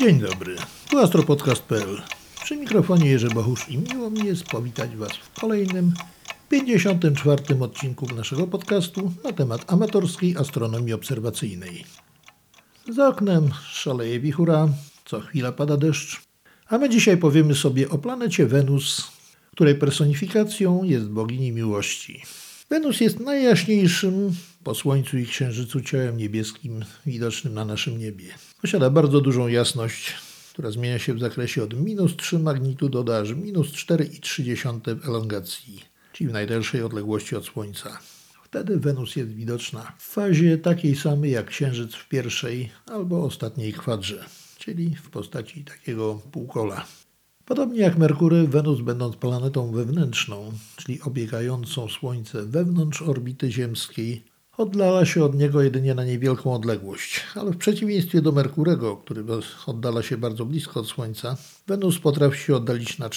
Dzień dobry, tu astropodcast.pl. Przy mikrofonie Jerzy Bohusz i miło mi jest powitać Was w kolejnym 54. odcinku naszego podcastu na temat amatorskiej astronomii obserwacyjnej. Za oknem szaleje wichura, co chwila pada deszcz, a my dzisiaj powiemy sobie o planecie Wenus, której personifikacją jest bogini miłości. Wenus jest najjaśniejszym po Słońcu i Księżycu ciałem niebieskim widocznym na naszym niebie. Posiada bardzo dużą jasność, która zmienia się w zakresie od -3 magnitudo do aż -4,3 w elongacji, czyli w najdalszej odległości od Słońca. Wtedy Wenus jest widoczna w fazie takiej samej jak Księżyc w pierwszej albo ostatniej kwadrze, czyli w postaci takiego półkola. Podobnie jak Merkury, Wenus, będąc planetą wewnętrzną, czyli obiegającą Słońce wewnątrz orbity ziemskiej, oddala się od niego jedynie na niewielką odległość. Ale w przeciwieństwie do Merkurego, który oddala się bardzo blisko od Słońca, Wenus potrafi się oddalić na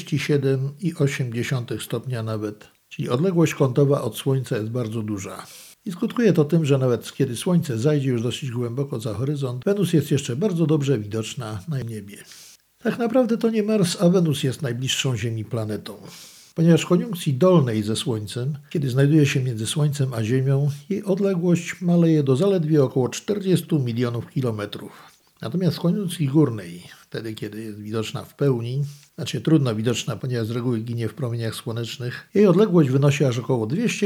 47,8 stopnia nawet, czyli odległość kątowa od Słońca jest bardzo duża. I skutkuje to tym, że nawet kiedy Słońce zajdzie już dosyć głęboko za horyzont, Wenus jest jeszcze bardzo dobrze widoczna na niebie. Tak naprawdę to nie Mars, a Wenus jest najbliższą Ziemi planetą. Ponieważ w koniunkcji dolnej ze Słońcem, kiedy znajduje się między Słońcem a Ziemią, jej odległość maleje do zaledwie około 40 milionów kilometrów. Natomiast w koniunkcji górnej, wtedy kiedy jest widoczna w pełni, trudno widoczna, ponieważ z reguły ginie w promieniach słonecznych, jej odległość wynosi aż około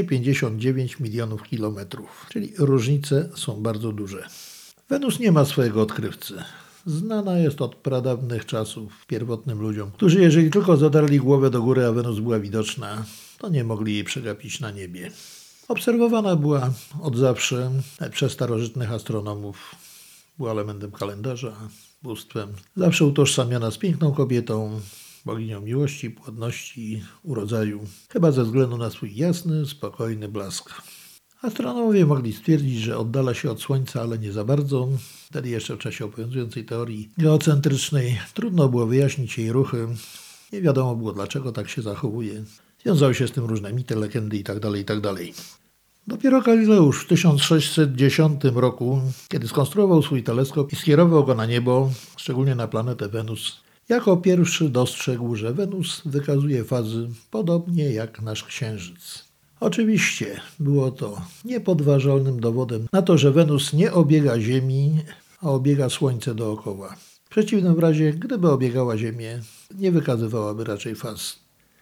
259 milionów kilometrów, czyli różnice są bardzo duże. Wenus nie ma swojego odkrywcy. Znana jest od pradawnych czasów pierwotnym ludziom, którzy jeżeli tylko zadarli głowę do góry, a Wenus była widoczna, to nie mogli jej przegapić na niebie. Obserwowana była od zawsze przez starożytnych astronomów. Była elementem kalendarza, bóstwem. Zawsze utożsamiana z piękną kobietą, boginią miłości, płodności, urodzaju, chyba ze względu na swój jasny, spokojny blask. Astronomowie mogli stwierdzić, że oddala się od Słońca, ale nie za bardzo. Wtedy jeszcze w czasie obowiązującej teorii geocentrycznej trudno było wyjaśnić jej ruchy. Nie wiadomo było, dlaczego tak się zachowuje. Wiązały się z tym różne mity, legendy itd. Dopiero Galileusz w 1610 roku, kiedy skonstruował swój teleskop i skierował go na niebo, szczególnie na planetę Wenus, jako pierwszy dostrzegł, że Wenus wykazuje fazy podobnie jak nasz Księżyc. Oczywiście było to niepodważalnym dowodem na to, że Wenus nie obiega Ziemi, a obiega Słońce dookoła. W przeciwnym razie, gdyby obiegała Ziemię, nie wykazywałaby raczej faz.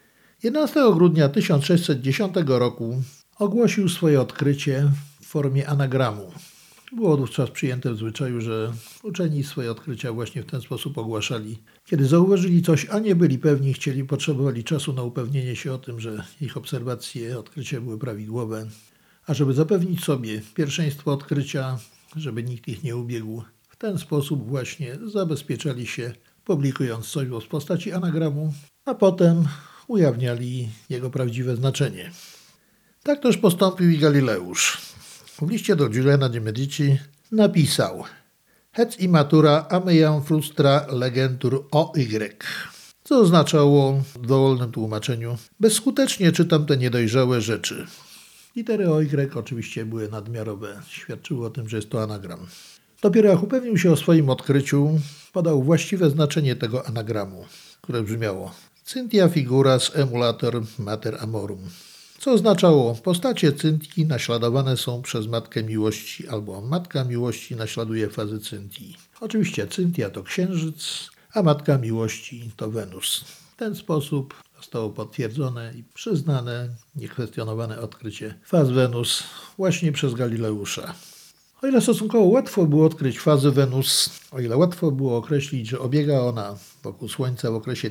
11 grudnia 1610 roku ogłosił swoje odkrycie w formie anagramu. Było wówczas przyjęte w zwyczaju, że uczeni swoje odkrycia właśnie w ten sposób ogłaszali. Kiedy zauważyli coś, a nie byli pewni, potrzebowali czasu na upewnienie się o tym, że ich obserwacje, odkrycia były prawidłowe. A żeby zapewnić sobie pierwszeństwo odkrycia, żeby nikt ich nie ubiegł, w ten sposób właśnie zabezpieczali się, publikując coś w postaci anagramu, a potem ujawniali jego prawdziwe znaczenie. Tak też postąpił i Galileusz. W liście do Giuliana de Medici napisał: "Hec imatura ameiam frustra legentur OY", co oznaczało w dowolnym tłumaczeniu: bezskutecznie czytam te niedojrzałe rzeczy. Litery OY oczywiście były nadmiarowe, świadczyły o tym, że jest to anagram. Dopiero jak upewnił się o swoim odkryciu, podał właściwe znaczenie tego anagramu, które brzmiało: Cynthia figuras emulator mater amorum. Co oznaczało, postacie Cynthii naśladowane są przez Matkę Miłości, albo Matka Miłości naśladuje fazy Cynthii. Oczywiście Cynthia to Księżyc, a Matka Miłości to Wenus. W ten sposób zostało potwierdzone i przyznane, niekwestionowane odkrycie faz Wenus właśnie przez Galileusza. O ile stosunkowo łatwo było odkryć fazy Wenus, o ile łatwo było określić, że obiega ona wokół Słońca w okresie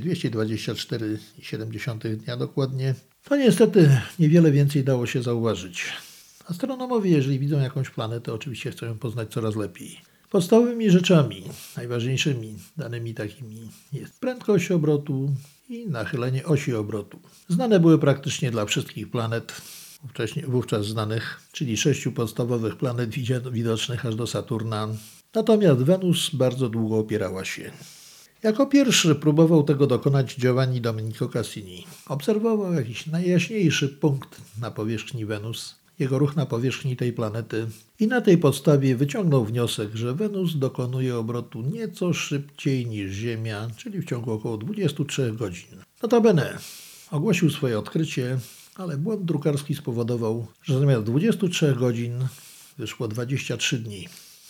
224,7 dnia dokładnie, to niestety niewiele więcej dało się zauważyć. Astronomowie, jeżeli widzą jakąś planetę, oczywiście chcą ją poznać coraz lepiej. Podstawowymi rzeczami, najważniejszymi danymi takimi jest prędkość obrotu i nachylenie osi obrotu. Znane były praktycznie dla wszystkich planet wówczas znanych, czyli 6 podstawowych planet widocznych aż do Saturna. Natomiast Wenus bardzo długo opierała się. Jako pierwszy próbował tego dokonać Giovanni Domenico Cassini. Obserwował jakiś najjaśniejszy punkt na powierzchni Wenus jego ruch na powierzchni tej planety i na tej podstawie wyciągnął wniosek, że Wenus dokonuje obrotu nieco szybciej niż Ziemia, czyli w ciągu około 23 godzin. Notabene ogłosił swoje odkrycie, ale błąd drukarski spowodował, że zamiast 23 godzin wyszło 23 dni.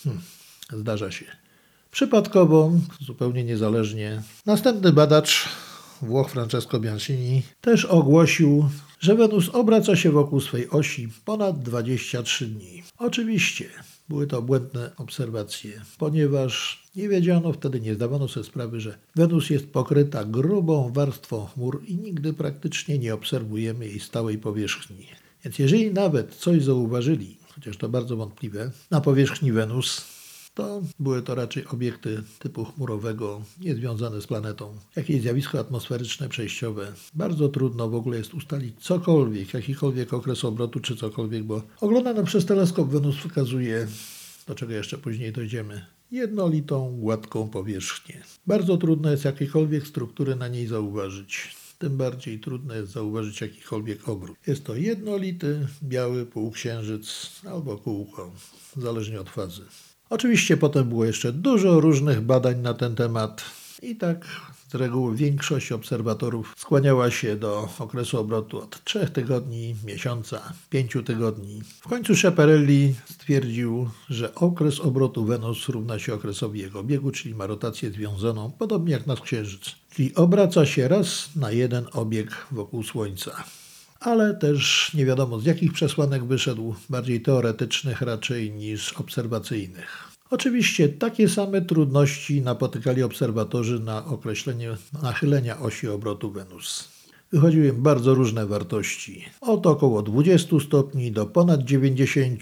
Zdarza się. Przypadkowo, zupełnie niezależnie, następny badacz, Włoch Francesco Bianchini, też ogłosił, że Wenus obraca się wokół swej osi ponad 23 dni. Oczywiście były to błędne obserwacje, ponieważ nie wiedziano wtedy, nie zdawano sobie sprawy, że Wenus jest pokryta grubą warstwą chmur i nigdy praktycznie nie obserwujemy jej stałej powierzchni. Więc jeżeli nawet coś zauważyli, chociaż to bardzo wątpliwe, na powierzchni Wenus, to były to raczej obiekty typu chmurowego, niezwiązane z planetą. Jakieś zjawisko atmosferyczne przejściowe. Bardzo trudno w ogóle jest ustalić cokolwiek, jakikolwiek okres obrotu czy cokolwiek, bo oglądane przez teleskop Wenus wykazuje, do czego jeszcze później dojdziemy, jednolitą, gładką powierzchnię. Bardzo trudno jest jakiekolwiek struktury na niej zauważyć. Tym bardziej trudno jest zauważyć jakikolwiek obrót. Jest to jednolity, biały półksiężyc albo kółko, zależnie od fazy. Oczywiście potem było jeszcze dużo różnych badań na ten temat i tak z reguły większość obserwatorów skłaniała się do okresu obrotu od 3 tygodni, miesiąca, 5 tygodni. W końcu Schiaparelli stwierdził, że okres obrotu Wenus równa się okresowi jego biegu, czyli ma rotację związaną, podobnie jak nasz Księżyc. Czyli obraca się raz na jeden obieg wokół Słońca. Ale też nie wiadomo z jakich przesłanek wyszedł, bardziej teoretycznych raczej niż obserwacyjnych. Oczywiście takie same trudności napotykali obserwatorzy na określenie nachylenia osi obrotu Wenus. Wychodziły im bardzo różne wartości, od około 20 stopni do ponad 90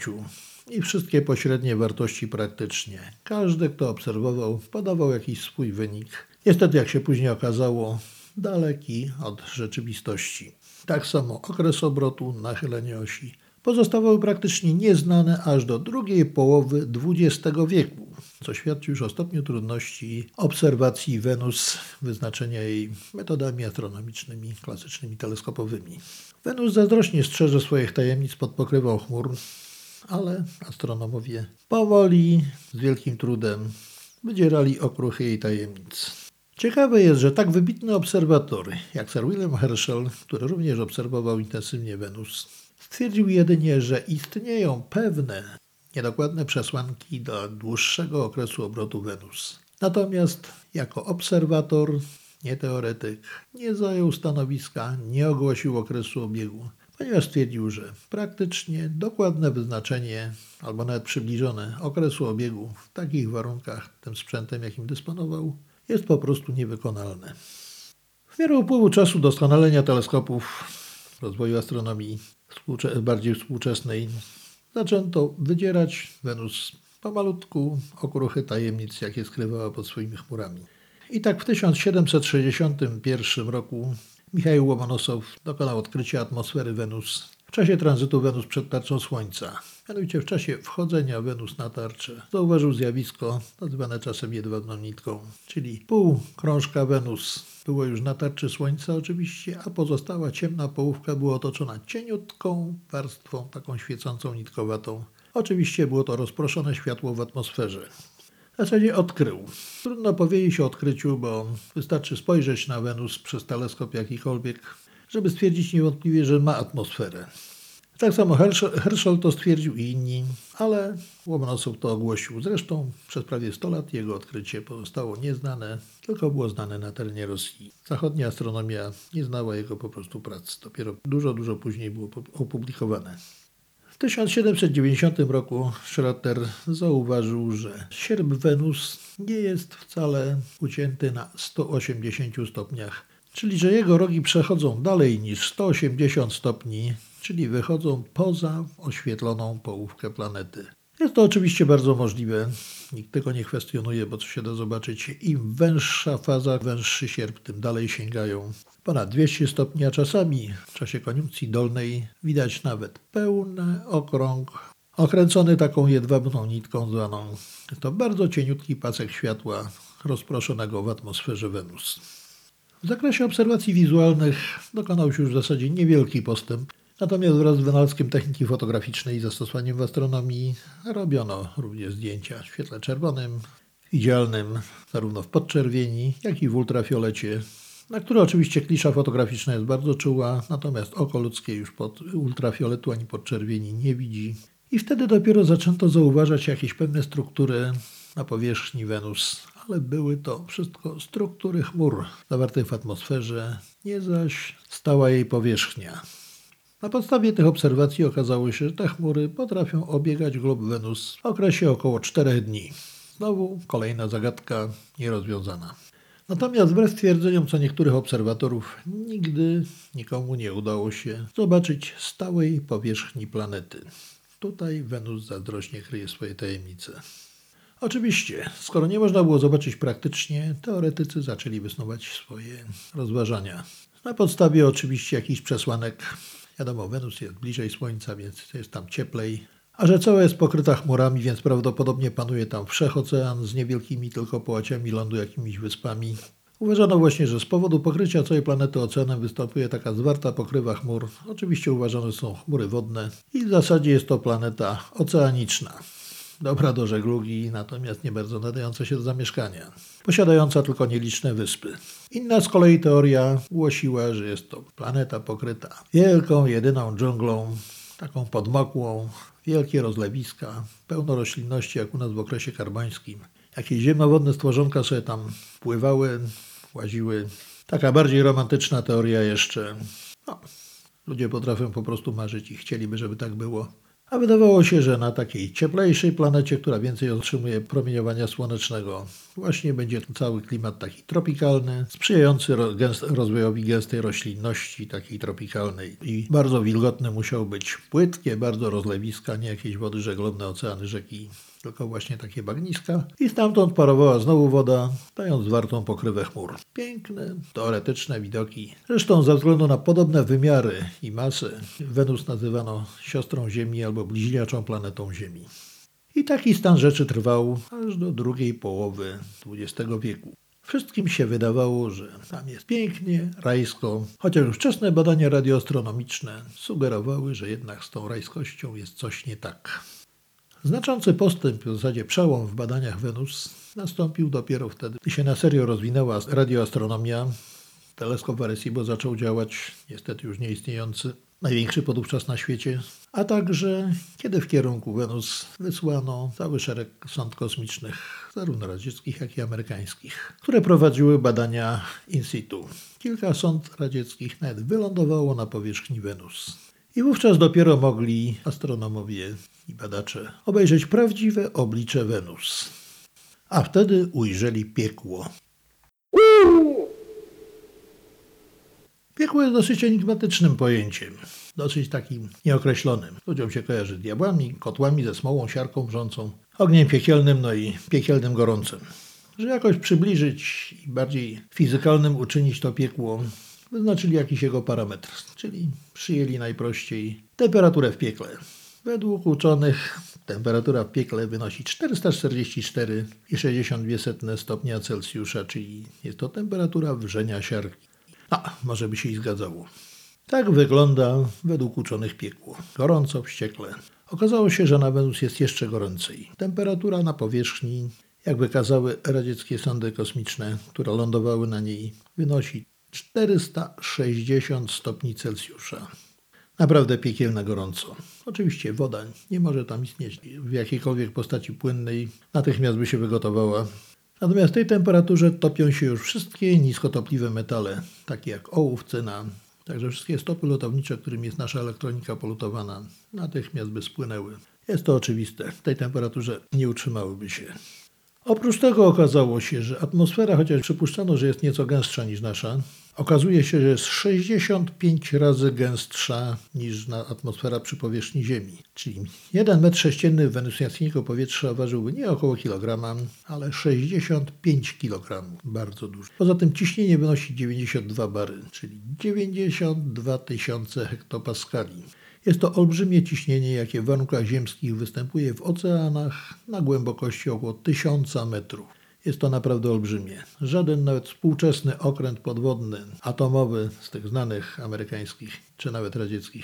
i wszystkie pośrednie wartości praktycznie. Każdy, kto obserwował, podawał jakiś swój wynik. Niestety, jak się później okazało, daleki od rzeczywistości. Tak samo okres obrotu, nachylenie osi pozostawały praktycznie nieznane aż do drugiej połowy XX wieku, co świadczy już o stopniu trudności obserwacji Wenus, wyznaczenia jej metodami astronomicznymi, klasycznymi, teleskopowymi. Wenus zazdrośnie strzeże swoich tajemnic pod pokrywą chmur, ale astronomowie powoli, z wielkim trudem wydzierali okruchy jej tajemnic. Ciekawe jest, że tak wybitny obserwator jak Sir William Herschel, który również obserwował intensywnie Wenus, stwierdził jedynie, że istnieją pewne, niedokładne przesłanki do dłuższego okresu obrotu Wenus. Natomiast jako obserwator, nie teoretyk, nie zajął stanowiska, nie ogłosił okresu obiegu, ponieważ stwierdził, że praktycznie dokładne wyznaczenie albo nawet przybliżone okresu obiegu w takich warunkach, tym sprzętem jakim dysponował, jest po prostu niewykonalne. W miarę upływu czasu doskonalenia teleskopów, rozwoju astronomii bardziej współczesnej, zaczęto wydzierać Wenus pomalutku okruchy tajemnic, jakie skrywała pod swoimi chmurami. I tak w 1761 roku Michał Łomonosow dokonał odkrycia atmosfery Wenus w czasie tranzytu Wenus przed tarczą Słońca. Mianowicie w czasie wchodzenia Wenus na tarczę zauważył zjawisko nazywane czasem jedwabną nitką, czyli pół krążka Wenus było już na tarczy Słońca oczywiście, a pozostała ciemna połówka była otoczona cieniutką warstwą, taką świecącą nitkowatą. Oczywiście było to rozproszone światło w atmosferze. W zasadzie odkrył. Trudno powiedzieć o odkryciu, bo wystarczy spojrzeć na Wenus przez teleskop jakikolwiek, żeby stwierdzić niewątpliwie, że ma atmosferę. Tak samo Herschel to stwierdził i inni, ale Łomonosow to ogłosił. Zresztą przez prawie 100 lat jego odkrycie pozostało nieznane, tylko było znane na terenie Rosji. Zachodnia astronomia nie znała jego po prostu prac. Dopiero dużo później było opublikowane. W 1790 roku Schroeter zauważył, że sierp Wenus nie jest wcale ucięty na 180 stopniach, czyli że jego rogi przechodzą dalej niż 180 stopni, czyli wychodzą poza oświetloną połówkę planety. Jest to oczywiście bardzo możliwe, nikt tego nie kwestionuje, bo co się da zobaczyć, im węższa faza, węższy sierp, tym dalej sięgają ponad 200 stopni, a czasami w czasie koniunkcji dolnej widać nawet pełny okrąg, okręcony taką jedwabną nitką zwaną. Jest to bardzo cieniutki pasek światła rozproszonego w atmosferze Wenus. W zakresie obserwacji wizualnych dokonał się już w zasadzie niewielki postęp. Natomiast wraz z wynalazkiem techniki fotograficznej i zastosowaniem w astronomii robiono również zdjęcia w świetle czerwonym, widzialnym zarówno w podczerwieni, jak i w ultrafiolecie, na które oczywiście klisza fotograficzna jest bardzo czuła, natomiast oko ludzkie już pod ultrafioletu ani podczerwieni nie widzi. I wtedy dopiero zaczęto zauważać jakieś pewne struktury na powierzchni Wenus, ale były to wszystko struktury chmur zawartych w atmosferze, nie zaś stała jej powierzchnia. Na podstawie tych obserwacji okazało się, że te chmury potrafią obiegać glob Wenus w okresie około 4 dni. Znowu kolejna zagadka nierozwiązana. Natomiast wbrew twierdzeniom co niektórych obserwatorów, nigdy nikomu nie udało się zobaczyć stałej powierzchni planety. Tutaj Wenus zazdrośnie kryje swoje tajemnice. Oczywiście, skoro nie można było zobaczyć praktycznie, teoretycy zaczęli wysnuwać swoje rozważania. Na podstawie oczywiście jakichś przesłanek. Wiadomo, Wenus jest bliżej Słońca, więc jest tam cieplej. A że cała jest pokryta chmurami, więc prawdopodobnie panuje tam wszechocean z niewielkimi tylko połaciami lądu, jakimiś wyspami. Uważano właśnie, że z powodu pokrycia całej planety oceanem występuje taka zwarta pokrywa chmur. Oczywiście uważane są chmury wodne i w zasadzie jest to planeta oceaniczna. Dobra do żeglugi, natomiast nie bardzo nadająca się do zamieszkania. Posiadająca tylko nieliczne wyspy. Inna z kolei teoria głosiła, że jest to planeta pokryta wielką, jedyną dżunglą, taką podmokłą, wielkie rozlewiska, pełno roślinności jak u nas w okresie karbońskim. Jakieś ziemnowodne stworzonka sobie tam pływały, łaziły. Taka bardziej romantyczna teoria jeszcze. Ludzie potrafią po prostu marzyć i chcieliby, żeby tak było. A wydawało się, że na takiej cieplejszej planecie, która więcej otrzymuje promieniowania słonecznego, właśnie będzie cały klimat taki tropikalny, sprzyjający rozwojowi gęstej roślinności, takiej tropikalnej. I bardzo wilgotne musiało być płytkie, bardzo rozlewiska, nie jakieś wody żeglowne, oceany, rzeki, tylko właśnie takie bagniska. I stamtąd parowała znowu woda, dając zwartą pokrywę chmur. Piękne, teoretyczne widoki. Zresztą ze względu na podobne wymiary i masę, Wenus nazywano siostrą Ziemi albo bliźniaczą planetą Ziemi. I taki stan rzeczy trwał aż do drugiej połowy XX wieku. Wszystkim się wydawało, że tam jest pięknie, rajsko, chociaż już wczesne badania radioastronomiczne sugerowały, że jednak z tą rajskością jest coś nie tak. Znaczący postęp, w zasadzie przełom w badaniach Wenus nastąpił dopiero wtedy, gdy się na serio rozwinęła radioastronomia. Teleskop Arecibo zaczął działać, niestety już nieistniejący, największy podówczas na świecie, a także kiedy w kierunku Wenus wysłano cały szereg sond kosmicznych, zarówno radzieckich, jak i amerykańskich, które prowadziły badania in situ. Kilka sond radzieckich nawet wylądowało na powierzchni Wenus. I wówczas dopiero mogli astronomowie i badacze obejrzeć prawdziwe oblicze Wenus. A wtedy ujrzeli piekło. Piekło jest dosyć enigmatycznym pojęciem, dosyć takim nieokreślonym. Ludziom się kojarzy z diabłami, kotłami ze smołą, siarką wrzącą, ogniem piekielnym, no i piekielnym gorącem. Żeby jakoś przybliżyć i bardziej fizykalnym uczynić to piekło, wyznaczyli jakiś jego parametr, czyli przyjęli najprościej temperaturę w piekle. Według uczonych temperatura w piekle wynosi 444,62 stopnia Celsjusza, czyli jest to temperatura wrzenia siarki. Może by się i zgadzało. Tak wygląda według uczonych piekło. Gorąco, wściekle. Okazało się, że na Wenus jest jeszcze goręcej. Temperatura na powierzchni, jak wykazały radzieckie sondy kosmiczne, które lądowały na niej, wynosi 460 stopni Celsjusza. Naprawdę piekielna gorąco. Oczywiście woda nie może tam istnieć w jakiejkolwiek postaci płynnej. Natychmiast by się wygotowała. Natomiast w tej temperaturze topią się już wszystkie niskotopliwe metale, takie jak ołów, cyna. Także wszystkie stopy lutownicze, którymi jest nasza elektronika polutowana, natychmiast by spłynęły. Jest to oczywiste. W tej temperaturze nie utrzymałyby się. Oprócz tego okazało się, że atmosfera, chociaż przypuszczano, że jest nieco gęstsza niż nasza, okazuje się, że jest 65 razy gęstsza niż atmosfera przy powierzchni Ziemi. Czyli 1 metr sześcienny wenusjańskiego powietrza ważyłby nie około kilograma, ale 65 kg. Bardzo dużo. Poza tym ciśnienie wynosi 92 bary, czyli 92 tysiące hektopaskali. Jest to olbrzymie ciśnienie, jakie w warunkach ziemskich występuje w oceanach na głębokości około 1000 metrów. Jest to naprawdę olbrzymie. Żaden nawet współczesny okręt podwodny, atomowy z tych znanych amerykańskich czy nawet radzieckich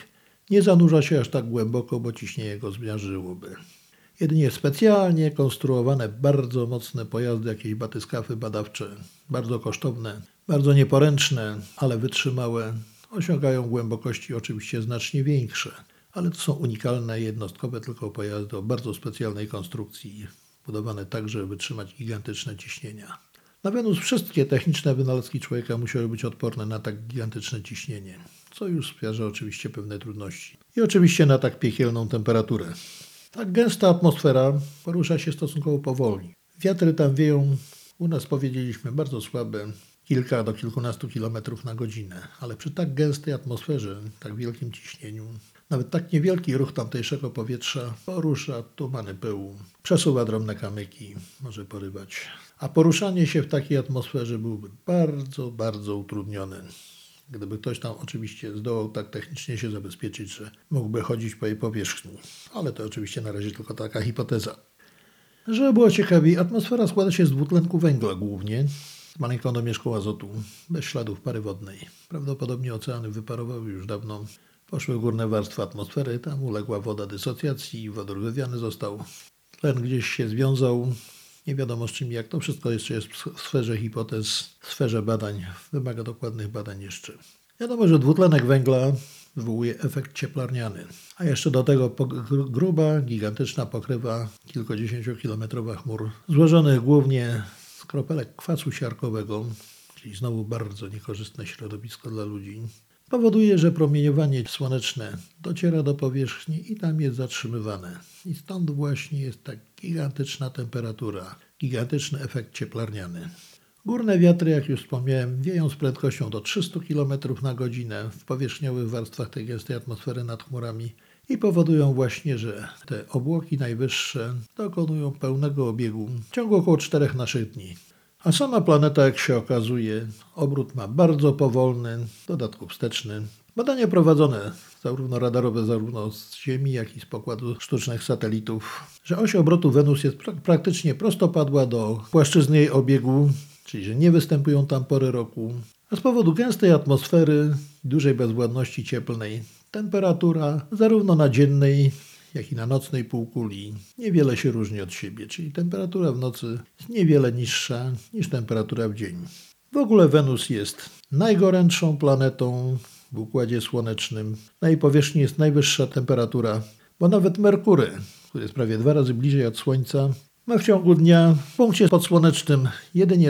nie zanurza się aż tak głęboko, bo ciśnienie go zmiażdżyłoby. Jedynie specjalnie konstruowane bardzo mocne pojazdy, jakieś batyskafy badawcze, bardzo kosztowne, bardzo nieporęczne, ale wytrzymałe, osiągają głębokości oczywiście znacznie większe, ale to są unikalne, jednostkowe tylko pojazdy o bardzo specjalnej konstrukcji, budowane tak, żeby wytrzymać gigantyczne ciśnienia. Na Wenus wszystkie techniczne wynalazki człowieka musiały być odporne na tak gigantyczne ciśnienie, co już stwarza oczywiście pewne trudności. I oczywiście na tak piekielną temperaturę. Tak gęsta atmosfera porusza się stosunkowo powoli. Wiatry tam wieją, u nas powiedzieliśmy, bardzo słabe, kilka do kilkunastu kilometrów na godzinę, ale przy tak gęstej atmosferze, tak wielkim ciśnieniu, nawet tak niewielki ruch tamtejszego powietrza porusza tumany pyłu, przesuwa drobne kamyki, może porywać. A poruszanie się w takiej atmosferze byłoby bardzo, bardzo utrudnione. Gdyby ktoś tam oczywiście zdołał tak technicznie się zabezpieczyć, że mógłby chodzić po jej powierzchni. Ale to oczywiście na razie tylko taka hipoteza. Żeby było ciekawiej, atmosfera składa się z dwutlenku węgla głównie, z maleńką domieszką azotu, bez śladów pary wodnej. Prawdopodobnie oceany wyparowały już dawno, poszły górne warstwy atmosfery, tam uległa woda dysocjacji, wodór wywiany został, tlen gdzieś się związał, nie wiadomo z czym, jak to wszystko jeszcze jest w sferze hipotez, w sferze badań, wymaga dokładnych badań jeszcze. Wiadomo, że dwutlenek węgla wywołuje efekt cieplarniany, a jeszcze do tego gruba, gigantyczna pokrywa kilkudziesięciokilometrowa chmur, złożonych głównie z kropelek kwasu siarkowego, czyli znowu bardzo niekorzystne środowisko dla ludzi, powoduje, że promieniowanie słoneczne dociera do powierzchni i tam jest zatrzymywane. I stąd właśnie jest tak gigantyczna temperatura, gigantyczny efekt cieplarniany. Górne wiatry, jak już wspomniałem, wieją z prędkością do 300 km na godzinę w powierzchniowych warstwach tej gęstej atmosfery nad chmurami i powodują właśnie, że te obłoki najwyższe dokonują pełnego obiegu w ciągu około 4 naszych dni. A sama planeta, jak się okazuje, obrót ma bardzo powolny, w dodatku wsteczny. Badania prowadzone, zarówno radarowe, zarówno z Ziemi, jak i z pokładu sztucznych satelitów, że oś obrotu Wenus jest praktycznie prostopadła do płaszczyzny jej obiegu, czyli że nie występują tam pory roku. A z powodu gęstej atmosfery i dużej bezwładności cieplnej, temperatura zarówno na dziennej, jak i na nocnej półkuli niewiele się różni od siebie, czyli temperatura w nocy jest niewiele niższa niż temperatura w dzień. W ogóle Wenus jest najgorętszą planetą w Układzie Słonecznym. Na jej powierzchni jest najwyższa temperatura, bo nawet Merkury, który jest prawie 2 razy bliżej od Słońca, ma w ciągu dnia w punkcie podsłonecznym jedynie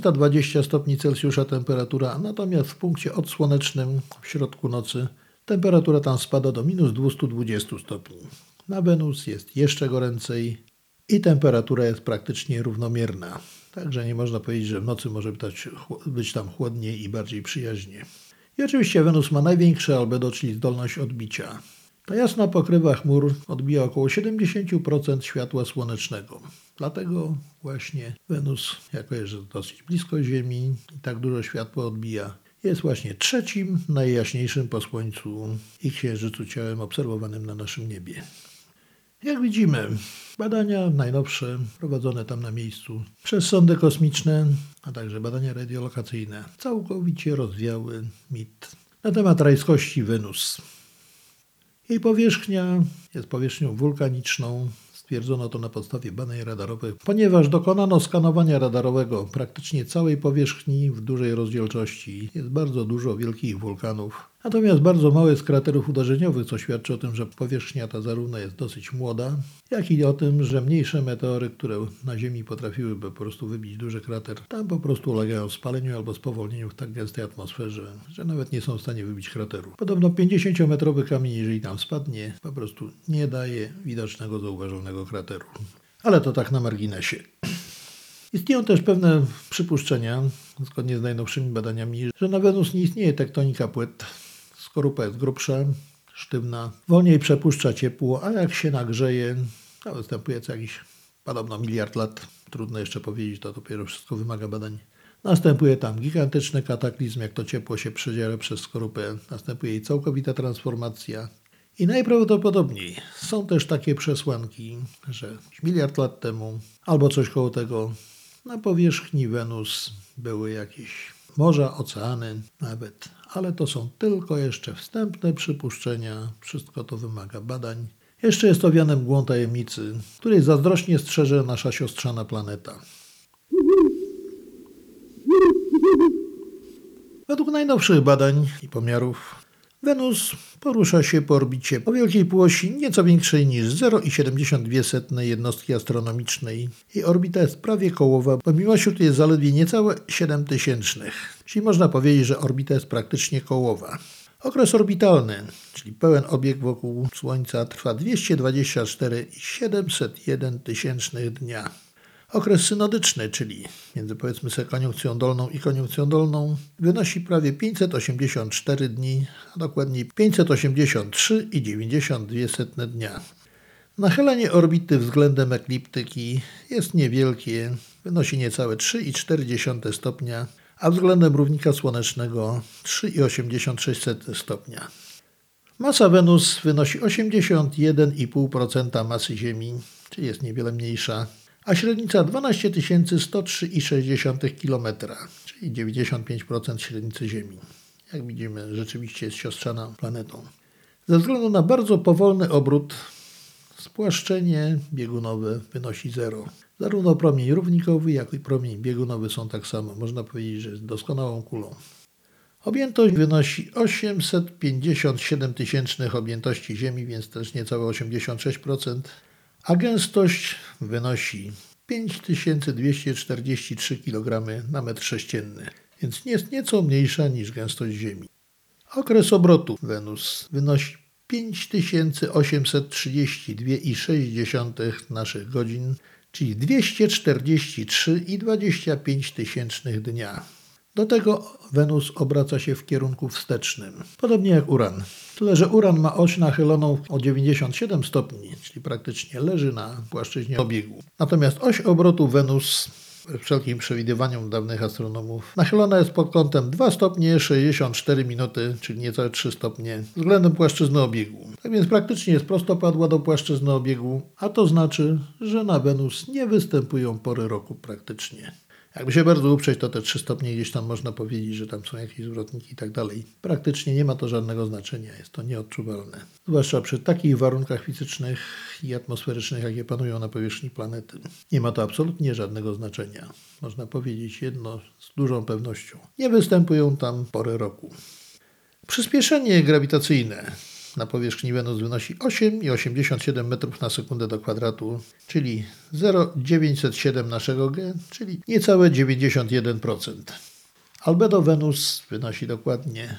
420 stopni Celsjusza temperatura, natomiast w punkcie odsłonecznym w środku nocy temperatura tam spada do minus 220 stopni. Na Wenus jest jeszcze goręcej i temperatura jest praktycznie równomierna. Także nie można powiedzieć, że w nocy może być tam chłodniej i bardziej przyjaźnie. I oczywiście Wenus ma największe albedo, czyli zdolność odbicia. Ta jasna pokrywa chmur odbija około 70% światła słonecznego. Dlatego właśnie Wenus, jako jest dosyć blisko Ziemi i tak dużo światła odbija, jest właśnie trzecim najjaśniejszym po Słońcu i Księżycu ciałem obserwowanym na naszym niebie. Jak widzimy, badania najnowsze prowadzone tam na miejscu przez sondy kosmiczne, a także badania radiolokacyjne całkowicie rozwiały mit na temat rajskości Wenus. Jej powierzchnia jest powierzchnią wulkaniczną. Stwierdzono to na podstawie badań radarowych, ponieważ dokonano skanowania radarowego praktycznie całej powierzchni w dużej rozdzielczości. Jest bardzo dużo wielkich wulkanów, natomiast bardzo mało jest kraterów uderzeniowych, co świadczy o tym, że powierzchnia ta zarówno jest dosyć młoda, jak i o tym, że mniejsze meteory, które na Ziemi potrafiłyby po prostu wybić duży krater, tam po prostu ulegają spaleniu albo spowolnieniu w tak gęstej atmosferze, że nawet nie są w stanie wybić krateru. Podobno 50-metrowy kamień, jeżeli tam spadnie, po prostu nie daje widocznego, zauważalnego krateru. Ale to tak na marginesie. Istnieją też pewne przypuszczenia, zgodnie z najnowszymi badaniami, że na Wenus nie istnieje tektonika płyt. Skorupa jest grubsza, sztywna, wolniej przepuszcza ciepło, a jak się nagrzeje, to występuje co jakiś podobno miliard lat. Trudno jeszcze powiedzieć, to dopiero wszystko wymaga badań. Następuje tam gigantyczny kataklizm, jak to ciepło się przedziera przez skorupę. Następuje jej całkowita transformacja. I najprawdopodobniej są też takie przesłanki, że miliard lat temu, albo coś koło tego, na powierzchni Wenus były jakieś morza, oceany nawet, ale to są tylko jeszcze wstępne przypuszczenia. Wszystko to wymaga badań. Jeszcze jest owiane mgłą tajemnicy, której zazdrośnie strzeże nasza siostrzana planeta. Według najnowszych badań i pomiarów Wenus porusza się po orbicie o wielkiej półosi nieco większej niż 0,72 jednostki astronomicznej. Jej orbita jest prawie kołowa, pomimo wśród jest zaledwie niecałe 7000, czyli można powiedzieć, że orbita jest praktycznie kołowa. Okres orbitalny, czyli pełen obieg wokół Słońca, trwa 224,701 dnia. Okres synodyczny, czyli między powiedzmy sobie koniunkcją dolną i koniunkcją dolną, wynosi prawie 584 dni, a dokładniej 583,92 dnia. Nachylenie orbity względem ekliptyki jest niewielkie, wynosi niecałe 3,4 stopnia, a względem równika słonecznego 3,86 stopnia. Masa Wenus wynosi 81,5% masy Ziemi, czyli jest niewiele mniejsza, a średnica 12 103,6 km, czyli 95% średnicy Ziemi. Jak widzimy, rzeczywiście jest siostrzaną planetą. Ze względu na bardzo powolny obrót, spłaszczenie biegunowe wynosi 0. Zarówno promień równikowy, jak i promień biegunowy są tak samo. Można powiedzieć, że jest doskonałą kulą. Objętość wynosi 857 tysięcznych objętości Ziemi, więc też niecałe 86%, a gęstość wynosi 5243 kg na metr sześcienny, więc jest nieco mniejsza niż gęstość Ziemi. Okres obrotu Wenus wynosi 5832,6 naszych godzin, czyli 243,25 dnia. Do tego Wenus obraca się w kierunku wstecznym, podobnie jak Uran. Tyle, że Uran ma oś nachyloną o 97 stopni, czyli praktycznie leży na płaszczyźnie obiegu. Natomiast oś obrotu Wenus, wszelkim przewidywaniom dawnych astronomów, nachylona jest pod kątem 2 stopnie 64 minuty, czyli niecałe 3 stopnie, względem płaszczyzny obiegu. Tak więc praktycznie jest prostopadła do płaszczyzny obiegu, a to znaczy, że na Wenus nie występują pory roku praktycznie. Jakby się bardzo uprzeć, to te 3 stopnie gdzieś tam można powiedzieć, że tam są jakieś zwrotniki i tak dalej. Praktycznie nie ma to żadnego znaczenia, jest to nieodczuwalne. Zwłaszcza przy takich warunkach fizycznych i atmosferycznych, jakie panują na powierzchni planety. Nie ma to absolutnie żadnego znaczenia. Można powiedzieć jedno z dużą pewnością. Nie występują tam pory roku. Przyspieszenie grawitacyjne na powierzchni Wenus wynosi 8,87 metrów na sekundę do kwadratu, czyli 0,907 naszego G, czyli niecałe 91%. Albedo Wenus wynosi dokładnie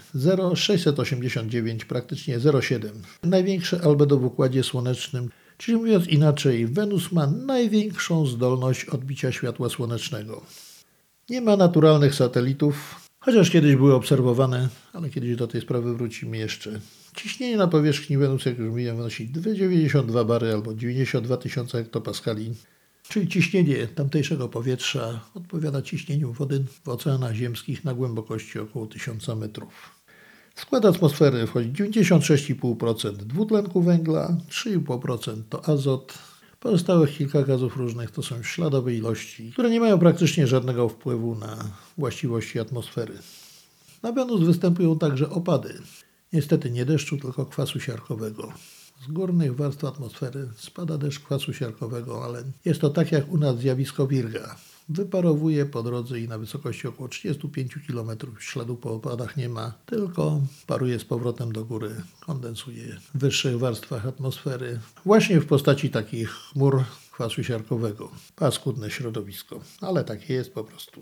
0,689, praktycznie 0,7. Największe albedo w Układzie Słonecznym, czyli mówiąc inaczej, Wenus ma największą zdolność odbicia światła słonecznego. Nie ma naturalnych satelitów, chociaż kiedyś były obserwowane, ale kiedyś do tej sprawy wrócimy jeszcze. Ciśnienie na powierzchni Wenus, jak już mówiłem, wynosi 92 bary albo 92 tysiące hektopaskali, czyli ciśnienie tamtejszego powietrza odpowiada ciśnieniu wody w oceanach ziemskich na głębokości około 1000 metrów. W skład atmosfery wchodzi 96,5% dwutlenku węgla, 3,5% to azot, pozostałych kilka gazów różnych to są śladowe ilości, które nie mają praktycznie żadnego wpływu na właściwości atmosfery. Na Wenus występują także opady. Niestety nie deszczu, tylko kwasu siarkowego. Z górnych warstw atmosfery spada deszcz kwasu siarkowego, ale jest to tak jak u nas zjawisko Virga. Wyparowuje po drodze i na wysokości około 35 km. Śladu po opadach nie ma, tylko paruje z powrotem do góry, kondensuje w wyższych warstwach atmosfery. Właśnie w postaci takich chmur kwasu siarkowego. Paskudne środowisko, ale takie jest po prostu.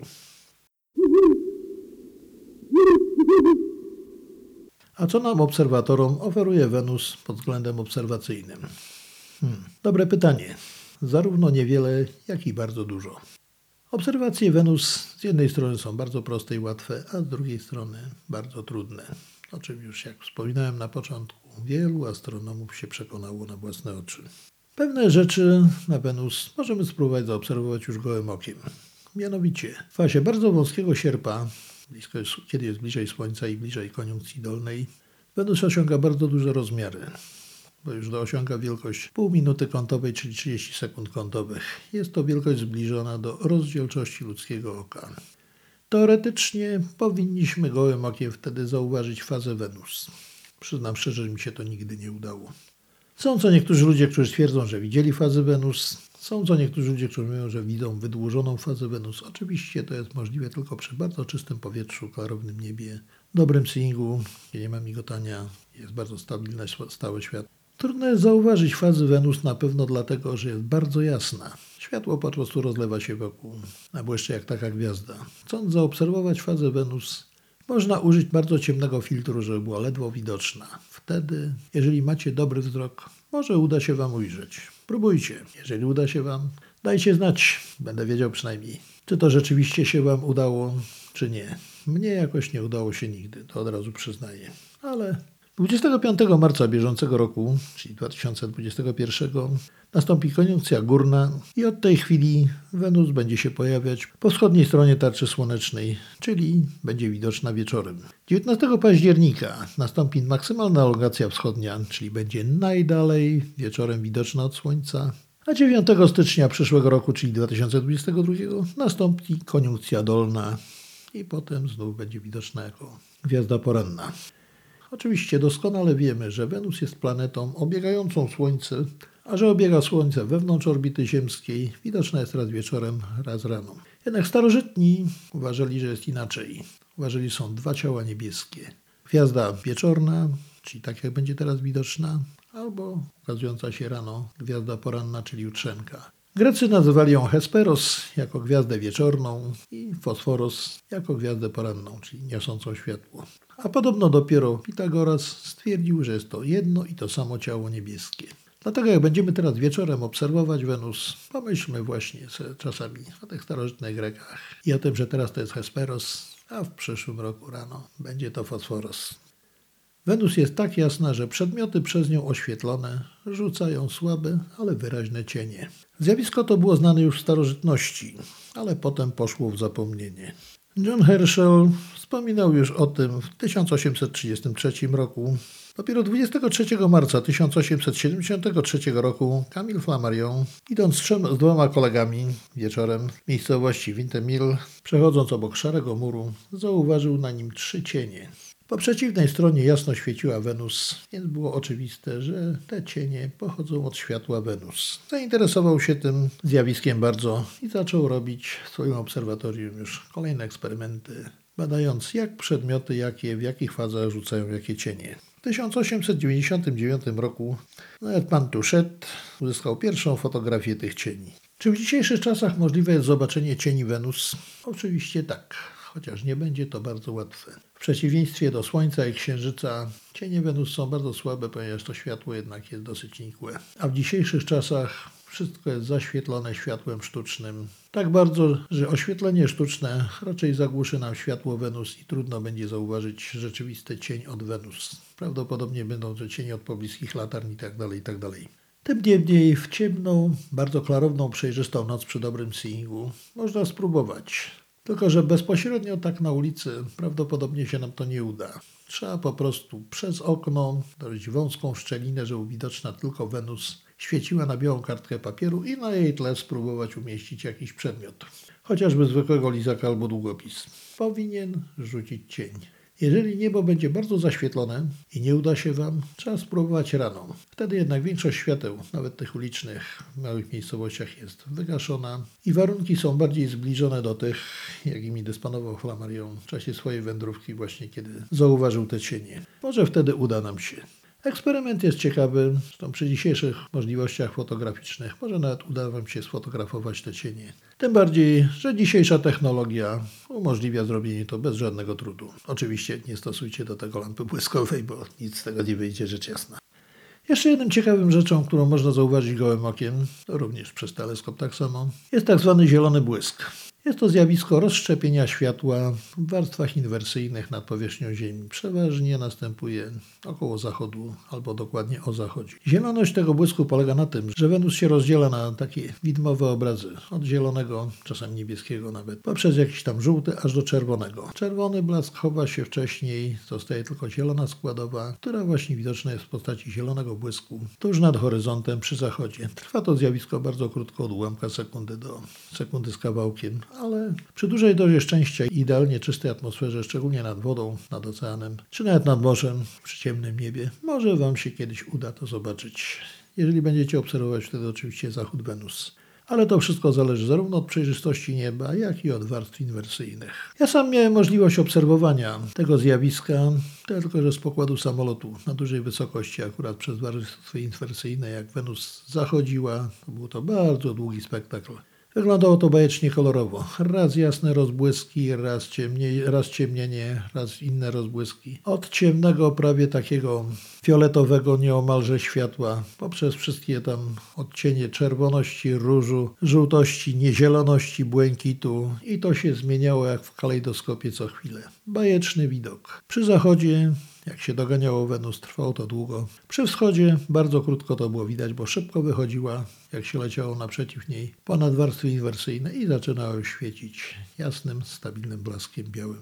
A co nam obserwatorom oferuje Wenus pod względem obserwacyjnym? Dobre pytanie. Zarówno niewiele, jak i bardzo dużo. Obserwacje Wenus z jednej strony są bardzo proste i łatwe, a z drugiej strony bardzo trudne. O czym już, jak wspominałem na początku, wielu astronomów się przekonało na własne oczy. Pewne rzeczy na Wenus możemy spróbować zaobserwować już gołym okiem. Mianowicie w fazie bardzo wąskiego sierpa, kiedy jest bliżej Słońca i bliżej koniunkcji dolnej, Wenus osiąga bardzo duże rozmiary, bo już osiąga wielkość pół minuty kątowej, czyli 30 sekund kątowych. Jest to wielkość zbliżona do rozdzielczości ludzkiego oka. Teoretycznie powinniśmy gołym okiem wtedy zauważyć fazę Wenus. Przyznam szczerze, że mi się to nigdy nie udało. Są co niektórzy ludzie, którzy twierdzą, że widzieli fazę Wenus. Są co niektórzy ludzie, którzy mówią, że widzą wydłużoną fazę Wenus. Oczywiście to jest możliwe tylko przy bardzo czystym powietrzu, klarownym niebie, dobrym seeingu, gdzie nie ma migotania, jest bardzo stabilne, stałe światło. Trudno jest zauważyć fazy Wenus na pewno dlatego, że jest bardzo jasna. Światło po prostu rozlewa się wokół, a błyszczy jak taka gwiazda. Chcąc zaobserwować fazę Wenus, można użyć bardzo ciemnego filtru, żeby była ledwo widoczna. Wtedy, jeżeli macie dobry wzrok, może uda się Wam ujrzeć. Próbujcie. Jeżeli uda się Wam, dajcie znać. Będę wiedział przynajmniej, czy to rzeczywiście się Wam udało, czy nie. Mnie jakoś nie udało się nigdy, to od razu przyznaję. Ale 25 marca bieżącego roku, czyli 2021, nastąpi koniunkcja górna i od tej chwili Wenus będzie się pojawiać po wschodniej stronie tarczy słonecznej, czyli będzie widoczna wieczorem. 19 października nastąpi maksymalna elongacja wschodnia, czyli będzie najdalej wieczorem widoczna od Słońca, a 9 stycznia przyszłego roku, czyli 2022, nastąpi koniunkcja dolna i potem znów będzie widoczna jako gwiazda poranna. Oczywiście doskonale wiemy, że Wenus jest planetą obiegającą Słońce, a że obiega Słońce wewnątrz orbity ziemskiej, widoczna jest raz wieczorem, raz rano. Jednak starożytni uważali, że jest inaczej. Uważali, że są dwa ciała niebieskie. Gwiazda wieczorna, czyli tak jak będzie teraz widoczna, albo ukazująca się rano gwiazda poranna, czyli jutrzenka. Grecy nazywali ją Hesperos jako gwiazdę wieczorną i Fosforos jako gwiazdę poranną, czyli niosącą światło. A podobno dopiero Pitagoras stwierdził, że jest to jedno i to samo ciało niebieskie. Dlatego jak będziemy teraz wieczorem obserwować Wenus, pomyślmy właśnie czasami o tych starożytnych Grekach i o tym, że teraz to jest Hesperos, a w przyszłym roku rano będzie to Fosforos. Wenus jest tak jasna, że przedmioty przez nią oświetlone rzucają słabe, ale wyraźne cienie. Zjawisko to było znane już w starożytności, ale potem poszło w zapomnienie. John Herschel wspominał już o tym w 1833 roku. Dopiero 23 marca 1873 roku Camille Flammarion, idąc z dwoma kolegami wieczorem w miejscowości Vintimille, przechodząc obok szarego muru, zauważył na nim 3 cienie. Po przeciwnej stronie jasno świeciła Wenus, więc było oczywiste, że te cienie pochodzą od światła Wenus. Zainteresował się tym zjawiskiem bardzo i zaczął robić w swoim obserwatorium już kolejne eksperymenty, badając jak przedmioty, w jakich fazach rzucają jakie cienie. W 1899 roku nawet pan Touchet uzyskał pierwszą fotografię tych cieni. Czy w dzisiejszych czasach możliwe jest zobaczenie cieni Wenus? Oczywiście tak. Chociaż nie będzie to bardzo łatwe. W przeciwieństwie do Słońca i Księżyca, cienie Wenus są bardzo słabe, ponieważ to światło jednak jest dosyć nikłe. A w dzisiejszych czasach wszystko jest zaświetlone światłem sztucznym. Tak bardzo, że oświetlenie sztuczne raczej zagłuszy nam światło Wenus i trudno będzie zauważyć rzeczywisty cień od Wenus. Prawdopodobnie będą to cienie od pobliskich latarni itd. itd. Tym niemniej w ciemną, bardzo klarowną, przejrzystą noc przy dobrym seeingu można spróbować. Tylko że bezpośrednio tak na ulicy prawdopodobnie się nam to nie uda. Trzeba po prostu przez okno, dość wąską szczelinę, żeby widoczna tylko Wenus, świeciła na białą kartkę papieru i na jej tle spróbować umieścić jakiś przedmiot. Chociażby zwykłego lizaka albo długopis. Powinien rzucić cień. Jeżeli niebo będzie bardzo zaświetlone i nie uda się Wam, trzeba spróbować rano. Wtedy jednak większość świateł, nawet tych ulicznych, w małych miejscowościach jest wygaszona i warunki są bardziej zbliżone do tych, jakimi dysponował Flammarion w czasie swojej wędrówki właśnie kiedy zauważył te cienie. Może wtedy uda nam się. Eksperyment jest ciekawy, zresztą przy dzisiejszych możliwościach fotograficznych może nawet uda Wam się sfotografować te cienie. Tym bardziej, że dzisiejsza technologia umożliwia zrobienie to bez żadnego trudu. Oczywiście nie stosujcie do tego lampy błyskowej, bo nic z tego nie wyjdzie, rzecz jasna. Jeszcze jedną ciekawą rzeczą, którą można zauważyć gołym okiem, również przez teleskop tak samo, jest tak zwany zielony błysk. Jest to zjawisko rozszczepienia światła w warstwach inwersyjnych nad powierzchnią Ziemi. Przeważnie następuje około zachodu albo dokładnie o zachodzie. Zieloność tego błysku polega na tym, że Wenus się rozdziela na takie widmowe obrazy. Od zielonego, czasem niebieskiego nawet, poprzez jakiś tam żółty aż do czerwonego. Czerwony blask chowa się wcześniej, zostaje tylko zielona składowa, która właśnie widoczna jest w postaci zielonego błysku tuż nad horyzontem przy zachodzie. Trwa to zjawisko bardzo krótko, od ułamka sekundy do sekundy z kawałkiem, ale przy dużej dozie szczęścia i idealnie czystej atmosferze, szczególnie nad wodą, nad oceanem, czy nawet nad morzem, przy ciemnym niebie, może Wam się kiedyś uda to zobaczyć. Jeżeli będziecie obserwować wtedy oczywiście zachód Wenus. Ale to wszystko zależy zarówno od przejrzystości nieba, jak i od warstw inwersyjnych. Ja sam miałem możliwość obserwowania tego zjawiska, tylko że z pokładu samolotu na dużej wysokości, akurat przez warstwy inwersyjne, jak Wenus zachodziła. Był to bardzo długi spektakl. Wyglądało to bajecznie kolorowo. Raz jasne rozbłyski, raz ciemnienie, raz inne rozbłyski. Od ciemnego, prawie takiego fioletowego nieomalże światła, poprzez wszystkie tam odcienie czerwoności, różu, żółtości, niezieloności, błękitu i to się zmieniało jak w kalejdoskopie co chwilę. Bajeczny widok. Przy zachodzie, jak się doganiało Wenus, trwało to długo. Przy wschodzie bardzo krótko to było widać, bo szybko wychodziła, jak się leciało naprzeciw niej, ponad warstwy inwersyjne i zaczynała już świecić jasnym, stabilnym blaskiem białym.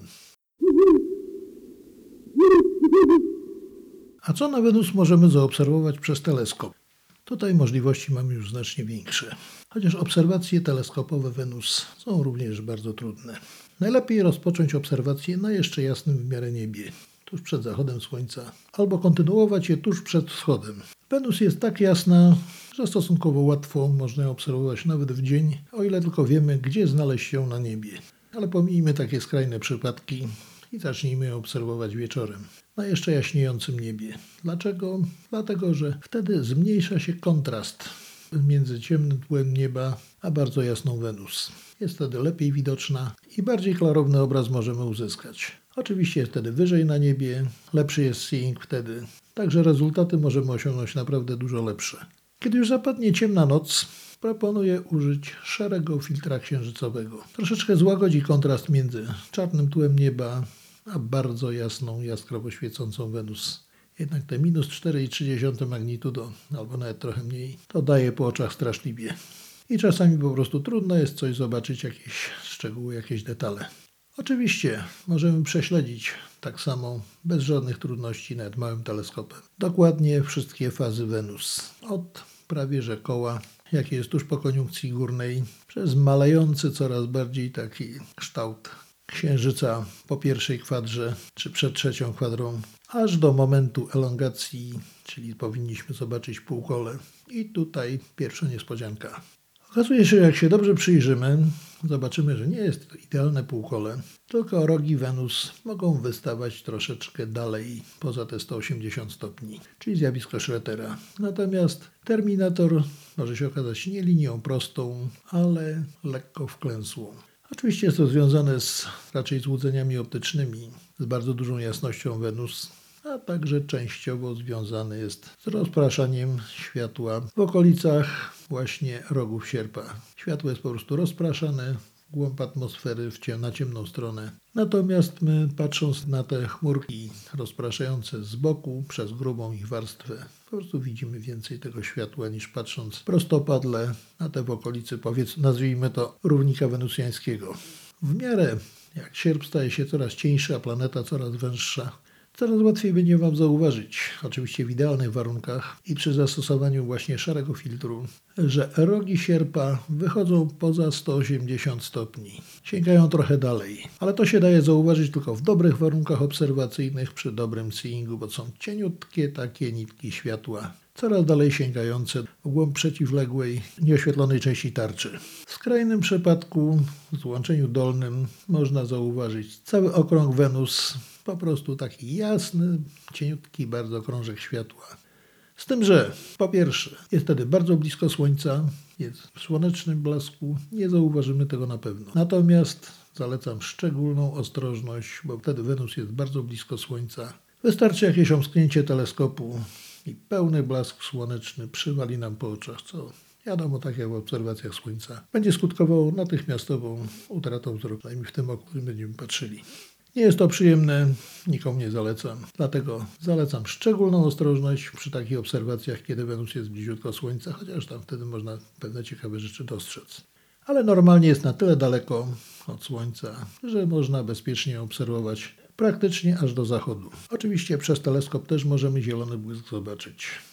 A co na Wenus możemy zaobserwować przez teleskop? Tutaj możliwości mamy już znacznie większe. Chociaż obserwacje teleskopowe Wenus są również bardzo trudne. Najlepiej rozpocząć obserwacje na jeszcze jasnym w miarę niebie, tuż przed zachodem słońca, albo kontynuować je tuż przed wschodem. Wenus jest tak jasna, że stosunkowo łatwo można ją obserwować nawet w dzień, o ile tylko wiemy, gdzie znaleźć ją na niebie. Ale pomijmy takie skrajne przypadki i zacznijmy ją obserwować wieczorem, na jeszcze jaśniejącym niebie. Dlaczego? Dlatego, że wtedy zmniejsza się kontrast między ciemnym tłem nieba a bardzo jasną Wenus. Jest wtedy lepiej widoczna i bardziej klarowny obraz możemy uzyskać. Oczywiście jest wtedy wyżej na niebie, lepszy jest seeing wtedy, także rezultaty możemy osiągnąć naprawdę dużo lepsze. Kiedy już zapadnie ciemna noc, proponuję użyć szarego filtra księżycowego. Troszeczkę złagodzi kontrast między czarnym tłem nieba a bardzo jasną, jaskrawo świecącą Wenus. Jednak te minus 4,3 magnitudo, albo nawet trochę mniej, to daje po oczach straszliwie. I czasami po prostu trudno jest coś zobaczyć, jakieś szczegóły, jakieś detale. Oczywiście możemy prześledzić tak samo, bez żadnych trudności, nawet małym teleskopem, dokładnie wszystkie fazy Wenus. Od prawie że koła, jakie jest tuż po koniunkcji górnej, przez malejący coraz bardziej taki kształt Księżyca po pierwszej kwadrze, czy przed trzecią kwadrą, aż do momentu elongacji, czyli powinniśmy zobaczyć półkole. I tutaj pierwsza niespodzianka. Okazuje się, że jak się dobrze przyjrzymy, zobaczymy, że nie jest to idealne półkole, tylko rogi Wenus mogą wystawać troszeczkę dalej, poza te 180 stopni, czyli zjawisko Schroetera. Natomiast terminator może się okazać nie linią prostą, ale lekko wklęsłą. Oczywiście jest to związane raczej z łudzeniami optycznymi, z bardzo dużą jasnością Wenus, a także częściowo związany jest z rozpraszaniem światła w okolicach właśnie rogów sierpa. Światło jest po prostu rozpraszane w głąb atmosfery, na ciemną stronę. Natomiast my, patrząc na te chmurki rozpraszające z boku przez grubą ich warstwę, po prostu widzimy więcej tego światła niż patrząc prostopadle na te w okolicy, nazwijmy to, równika wenusjańskiego. W miarę jak sierp staje się coraz cieńszy, a planeta coraz węższa, coraz łatwiej będzie Wam zauważyć, oczywiście w idealnych warunkach i przy zastosowaniu właśnie szarego filtru, że rogi sierpa wychodzą poza 180 stopni. Sięgają trochę dalej, ale to się daje zauważyć tylko w dobrych warunkach obserwacyjnych, przy dobrym seeingu, bo są cieniutkie takie nitki światła, coraz dalej sięgające w głąb przeciwległej, nieoświetlonej części tarczy. W skrajnym przypadku, w złączeniu dolnym, można zauważyć cały okrąg Wenus, po prostu taki jasny, cieniutki bardzo krążek światła. Z tym, że po pierwsze jest wtedy bardzo blisko Słońca, jest w słonecznym blasku, nie zauważymy tego na pewno. Natomiast zalecam szczególną ostrożność, bo wtedy Wenus jest bardzo blisko Słońca. Wystarczy jakieś omsknięcie teleskopu i pełny blask słoneczny przywali nam po oczach, co wiadomo, tak jak w obserwacjach Słońca, będzie skutkowało natychmiastową utratą wzroku, przynajmniej w tym oku, w którym będziemy patrzyli. Nie jest to przyjemne, nikomu nie zalecam, dlatego zalecam szczególną ostrożność przy takich obserwacjach, kiedy Wenus jest bliziutko Słońca, chociaż tam wtedy można pewne ciekawe rzeczy dostrzec. Ale normalnie jest na tyle daleko od Słońca, że można bezpiecznie ją obserwować praktycznie aż do zachodu. Oczywiście przez teleskop też możemy zielony błysk zobaczyć.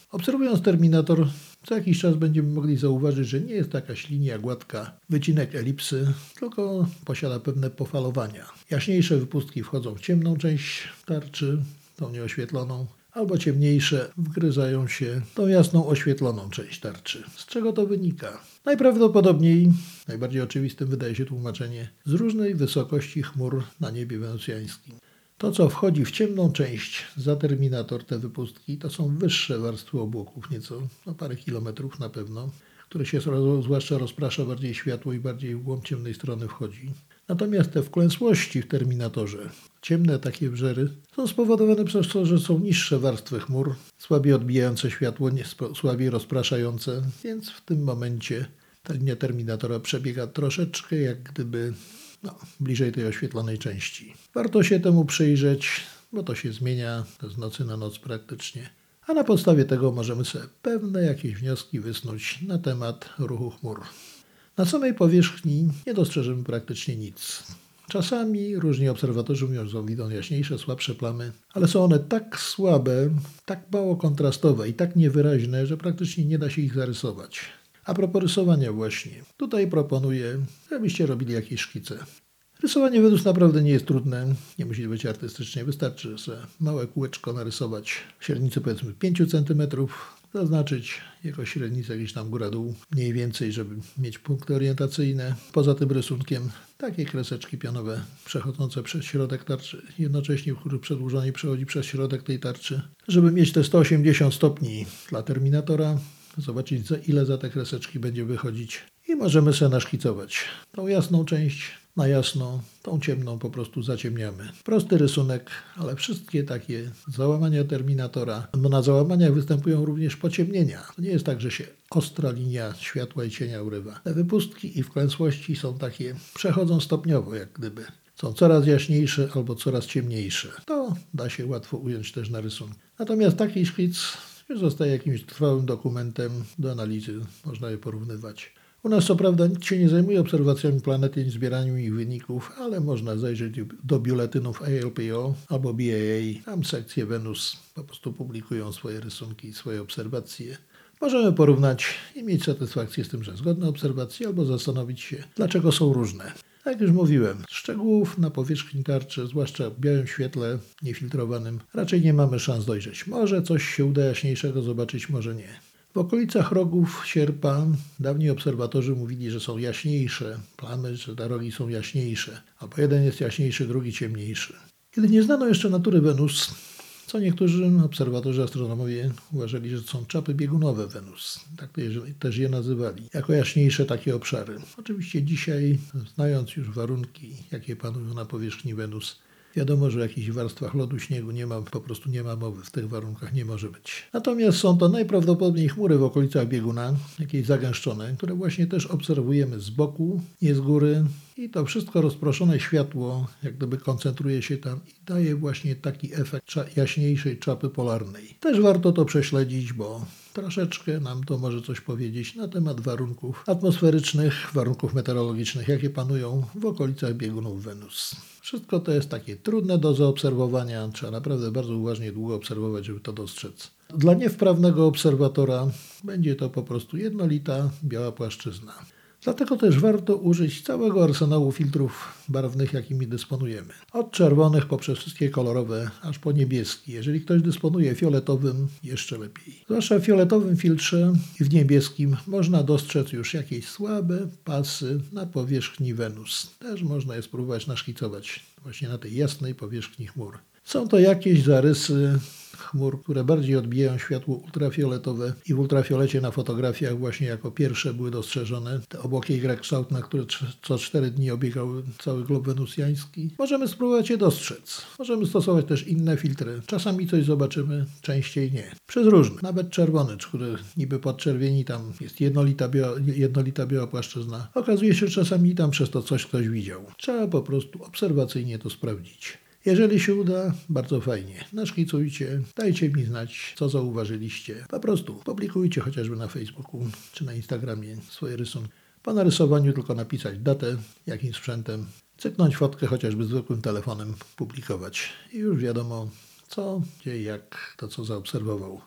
Obserwując terminator, co jakiś czas będziemy mogli zauważyć, że nie jest to jakaś linia gładka, wycinek elipsy, tylko posiada pewne pofalowania. Jaśniejsze wypustki wchodzą w ciemną część tarczy, tą nieoświetloną, albo ciemniejsze wgryzają się w tą jasną, oświetloną część tarczy. Z czego to wynika? Najprawdopodobniej, najbardziej oczywistym wydaje się tłumaczenie, z różnej wysokości chmur na niebie wenusjańskim. To, co wchodzi w ciemną część za terminator, te wypustki, to są wyższe warstwy obłoków, nieco, parę kilometrów na pewno, które się zwłaszcza rozprasza bardziej światło i bardziej w głąb ciemnej strony wchodzi. Natomiast te wklęsłości w terminatorze, ciemne takie wrzery, są spowodowane przez to, że są niższe warstwy chmur, słabiej odbijające światło, słabiej rozpraszające, więc w tym momencie ta linia terminatora przebiega troszeczkę jak gdyby bliżej tej oświetlonej części. Warto się temu przyjrzeć, bo to się zmienia z nocy na noc praktycznie. A na podstawie tego możemy sobie pewne jakieś wnioski wysnuć na temat ruchu chmur. Na samej powierzchni nie dostrzeżymy praktycznie nic. Czasami różni obserwatorzy mówią, że widzą jaśniejsze, słabsze plamy, ale są one tak słabe, tak mało kontrastowe i tak niewyraźne, że praktycznie nie da się ich zarysować. A propos rysowania właśnie, tutaj proponuję, żebyście robili jakieś szkice. Rysowanie Wenus naprawdę nie jest trudne, nie musi być artystycznie, wystarczy sobie małe kółeczko narysować w średnicy powiedzmy 5 cm, zaznaczyć jego średnicę gdzieś tam góra-dół, mniej więcej, żeby mieć punkty orientacyjne. Poza tym rysunkiem takie kreseczki pionowe przechodzące przez środek tarczy, jednocześnie w których przedłużenie przechodzi przez środek tej tarczy, żeby mieć te 180 stopni dla terminatora. Zobaczyć, ile za te kreseczki będzie wychodzić i możemy sobie naszkicować. Tą jasną część na jasno, tą ciemną po prostu zaciemniamy. Prosty rysunek, ale wszystkie takie załamania terminatora, bo na załamaniach występują również pociemnienia. To nie jest tak, że się ostra linia światła i cienia urywa. Te wypustki i wklęsłości są takie, przechodzą stopniowo jak gdyby. Są coraz jaśniejsze albo coraz ciemniejsze. To da się łatwo ująć też na rysunku. Natomiast taki szkic już zostaje jakimś trwałym dokumentem do analizy, można je porównywać. U nas co prawda nikt się nie zajmuje obserwacjami planety i zbieraniem ich wyników, ale można zajrzeć do biuletynów ALPO albo BAA. Tam sekcje Wenus po prostu publikują swoje rysunki i swoje obserwacje. Możemy porównać i mieć satysfakcję z tym, że zgodne obserwacje, albo zastanowić się, dlaczego są różne. Jak już mówiłem, szczegółów na powierzchni tarczy, zwłaszcza w białym świetle niefiltrowanym, raczej nie mamy szans dojrzeć. Może coś się uda jaśniejszego zobaczyć, może nie. W okolicach rogów sierpa dawni obserwatorzy mówili, że są jaśniejsze plamy, że te rogi są jaśniejsze, albo jeden jest jaśniejszy, drugi ciemniejszy. Kiedy nie znano jeszcze natury Wenus, co niektórzy obserwatorzy, astronomowie uważali, że to są czapy biegunowe Wenus. Tak też je nazywali, jako jaśniejsze takie obszary. Oczywiście dzisiaj, znając już warunki, jakie panują na powierzchni Wenus, wiadomo, że w jakichś warstwach lodu, śniegu po prostu nie ma mowy, w tych warunkach nie może być. Natomiast są to najprawdopodobniej chmury w okolicach bieguna, jakieś zagęszczone, które właśnie też obserwujemy z boku, nie z góry. I to wszystko rozproszone światło jak gdyby koncentruje się tam i daje właśnie taki efekt jaśniejszej czapy polarnej. Też warto to prześledzić, bo troszeczkę nam to może coś powiedzieć na temat warunków atmosferycznych, warunków meteorologicznych, jakie panują w okolicach biegunów Wenus. Wszystko to jest takie trudne do zaobserwowania, trzeba naprawdę bardzo uważnie długo obserwować, żeby to dostrzec. Dla niewprawnego obserwatora będzie to po prostu jednolita, biała płaszczyzna. Dlatego też warto użyć całego arsenału filtrów barwnych, jakimi dysponujemy. Od czerwonych poprzez wszystkie kolorowe, aż po niebieski. Jeżeli ktoś dysponuje fioletowym, jeszcze lepiej. Zwłaszcza w fioletowym filtrze i w niebieskim można dostrzec już jakieś słabe pasy na powierzchni Wenus. Też można je spróbować naszkicować właśnie na tej jasnej powierzchni chmur. Są to jakieś zarysy chmur, które bardziej odbijają światło ultrafioletowe i w ultrafiolecie na fotografiach właśnie jako pierwsze były dostrzeżone te obłokie Y-kształtne, które co 4 dni obiegały cały glob wenusjański. Możemy spróbować je dostrzec. Możemy stosować też inne filtry. Czasami coś zobaczymy, częściej nie. Przez różne. Nawet czerwony, który niby podczerwieni, tam jest jednolita biała płaszczyzna. Okazuje się, że czasami tam przez to coś ktoś widział. Trzeba po prostu obserwacyjnie to sprawdzić. Jeżeli się uda, bardzo fajnie. Naszkicujcie, dajcie mi znać, co zauważyliście. Po prostu publikujcie chociażby na Facebooku czy na Instagramie swoje rysunki. Po narysowaniu tylko napisać datę, jakim sprzętem, cyknąć fotkę chociażby zwykłym telefonem, publikować. I już wiadomo co, gdzie, jak, to co zaobserwował.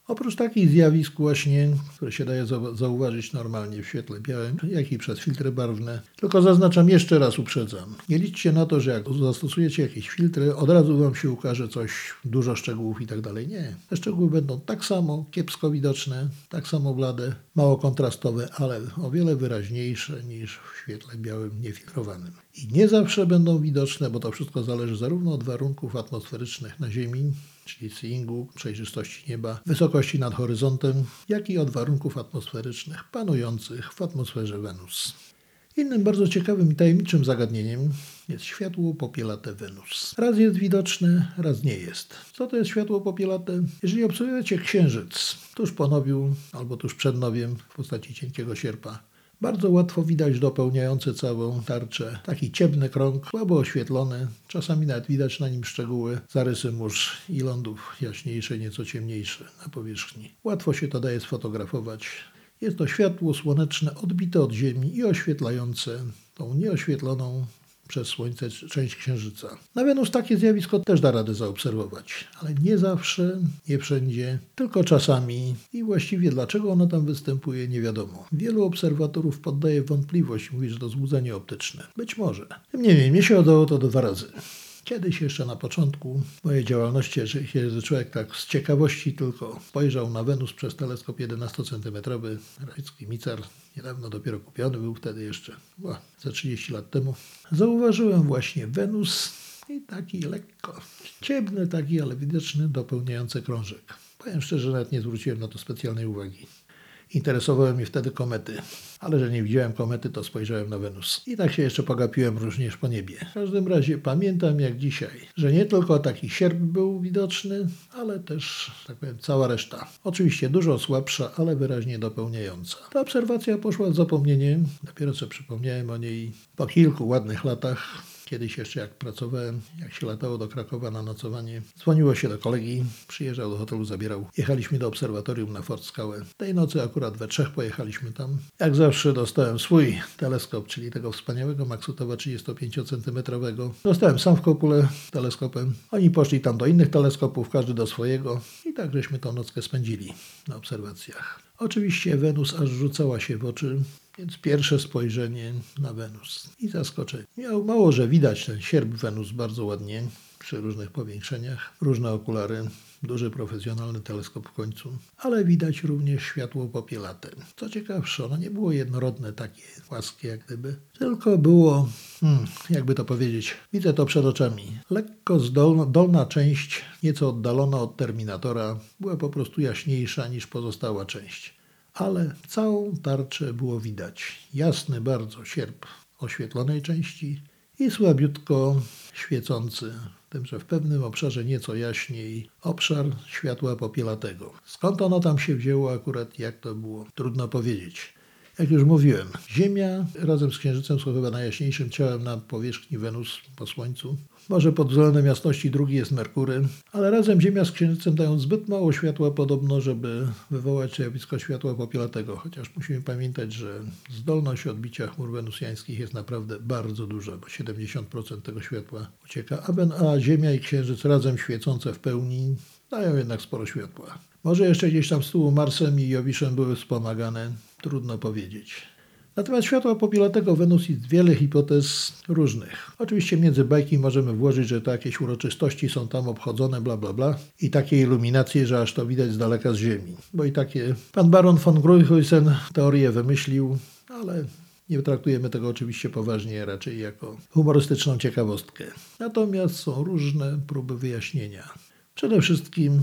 Oprócz takich zjawisk właśnie, które się daje zauważyć normalnie w świetle białym, jak i przez filtry barwne, tylko zaznaczam, jeszcze raz uprzedzam, nie liczcie na to, że jak zastosujecie jakieś filtry, od razu Wam się ukaże coś, dużo szczegółów i tak dalej. Nie. Te szczegóły będą tak samo kiepsko widoczne, tak samo blade, mało kontrastowe, ale o wiele wyraźniejsze niż w świetle białym niefiltrowanym. I nie zawsze będą widoczne, bo to wszystko zależy zarówno od warunków atmosferycznych na Ziemi, czyli seeingu, przejrzystości nieba, wysokości nad horyzontem, jak i od warunków atmosferycznych panujących w atmosferze Wenus. Innym bardzo ciekawym i tajemniczym zagadnieniem jest światło popielate Wenus. Raz jest widoczne, raz nie jest. Co to jest światło popielate? Jeżeli obserwujecie Księżyc tuż po nowiu albo tuż przed nowiem w postaci cienkiego sierpa, bardzo łatwo widać dopełniający całą tarczę taki ciemny krąg, słabo oświetlony, czasami nawet widać na nim szczegóły, zarysy mórz i lądów jaśniejsze, nieco ciemniejsze na powierzchni. Łatwo się to daje sfotografować. Jest to światło słoneczne odbite od Ziemi i oświetlające tą nieoświetloną przez Słońce część Księżyca. Na Wenus takie zjawisko też da radę zaobserwować, ale nie zawsze, nie wszędzie, tylko czasami i właściwie dlaczego ono tam występuje nie wiadomo. Wielu obserwatorów poddaje wątpliwość, mówi, że to złudzenie optyczne. Być może. Tym niemniej, mnie się udało to 2 razy. Kiedyś jeszcze na początku mojej działalności, kiedy człowiek tak z ciekawości tylko spojrzał na Wenus przez teleskop 11-centymetrowy, rajski Micar, niedawno dopiero kupiony był wtedy jeszcze, za 30 lat temu, zauważyłem właśnie Wenus i taki lekko ciemny, taki, ale widoczny, dopełniający krążek. Powiem szczerze, nawet nie zwróciłem na to specjalnej uwagi. Interesowały mnie wtedy komety, ale że nie widziałem komety, to spojrzałem na Wenus. I tak się jeszcze pogapiłem również po niebie. W każdym razie pamiętam jak dzisiaj, że nie tylko taki sierp był widoczny, ale też, tak powiem, cała reszta. Oczywiście dużo słabsza, ale wyraźnie dopełniająca. Ta obserwacja poszła w zapomnienie. Dopiero co przypomniałem o niej po kilku ładnych latach. Kiedyś jeszcze jak pracowałem, jak się latało do Krakowa na nocowanie, dzwoniło się do kolegi, przyjeżdżał do hotelu, zabierał. Jechaliśmy do obserwatorium na Fort Skałę. Tej nocy akurat we 3 pojechaliśmy tam. Jak zawsze dostałem swój teleskop, czyli tego wspaniałego Maxutowa 35-centymetrowego. Dostałem sam w kopule teleskopem. Oni poszli tam do innych teleskopów, każdy do swojego. I tak żeśmy tą nockę spędzili na obserwacjach. Oczywiście Wenus aż rzucała się w oczy. Więc pierwsze spojrzenie na Wenus i zaskoczenie. Mało, że widać ten sierp Wenus bardzo ładnie przy różnych powiększeniach, różne okulary, duży profesjonalny teleskop w końcu, ale widać również światło popielate. Co ciekawsze, ono nie było jednorodne, takie płaskie jak gdyby, tylko było, jakby to powiedzieć, widzę to przed oczami. Lekko dolna część, nieco oddalona od terminatora, była po prostu jaśniejsza niż pozostała część. Ale całą tarczę było widać. Jasny bardzo sierp oświetlonej części i słabiutko świecący, tym, że w pewnym obszarze nieco jaśniej, obszar światła popielatego. Skąd ono tam się wzięło akurat, jak to było? Trudno powiedzieć. Jak już mówiłem, Ziemia razem z Księżycem są chyba najjaśniejszym ciałem na powierzchni Wenus po Słońcu. Może pod względem jasności drugi jest Merkury, ale razem Ziemia z Księżycem dają zbyt mało światła podobno, żeby wywołać zjawisko światła popielatego. Chociaż musimy pamiętać, że zdolność odbicia chmur wenusjańskich jest naprawdę bardzo duża, bo 70% tego światła ucieka, a Ziemia i Księżyc razem świecące w pełni dają jednak sporo światła. Może jeszcze gdzieś tam z tyłu Marsem i Jowiszem były wspomagane, trudno powiedzieć. Natomiast światła popielatego Wenus jest wiele hipotez różnych. Oczywiście między bajki możemy włożyć, że to jakieś uroczystości są tam obchodzone, bla bla bla. I takie iluminacje, że aż to widać z daleka z Ziemi. Bo i takie pan baron von Gruijhuisen teorię wymyślił, ale nie traktujemy tego oczywiście poważnie, raczej jako humorystyczną ciekawostkę. Natomiast są różne próby wyjaśnienia. Przede wszystkim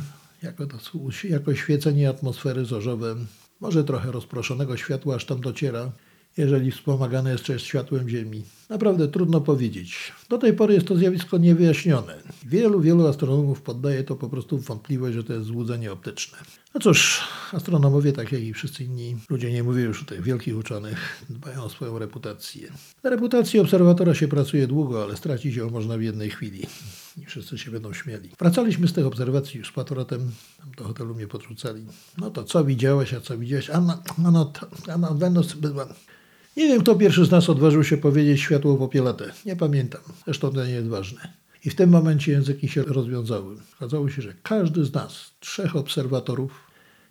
jako świecenie atmosfery zorzowe, może trochę rozproszonego światła, aż tam dociera, jeżeli wspomagane jest jeszcze światłem Ziemi. Naprawdę trudno powiedzieć. Do tej pory jest to zjawisko niewyjaśnione. Wielu astronomów poddaje to po prostu w wątpliwość, że to jest złudzenie optyczne. No cóż, astronomowie, tak jak i wszyscy inni ludzie, nie mówię już o tych wielkich uczonych, dbają o swoją reputację. Na reputacji obserwatora się pracuje długo, ale stracić ją można w jednej chwili. I wszyscy się będą śmieli. Wracaliśmy z tych obserwacji już z powrotem, tam do hotelu mnie podrzucali. No to co widziałeś, a co widziałeś? A Wenus była... Nie wiem, kto pierwszy z nas odważył się powiedzieć światło popielate. Nie pamiętam. Zresztą to nie jest ważne. I w tym momencie języki się rozwiązały. Okazało się, że każdy z nas, 3 obserwatorów,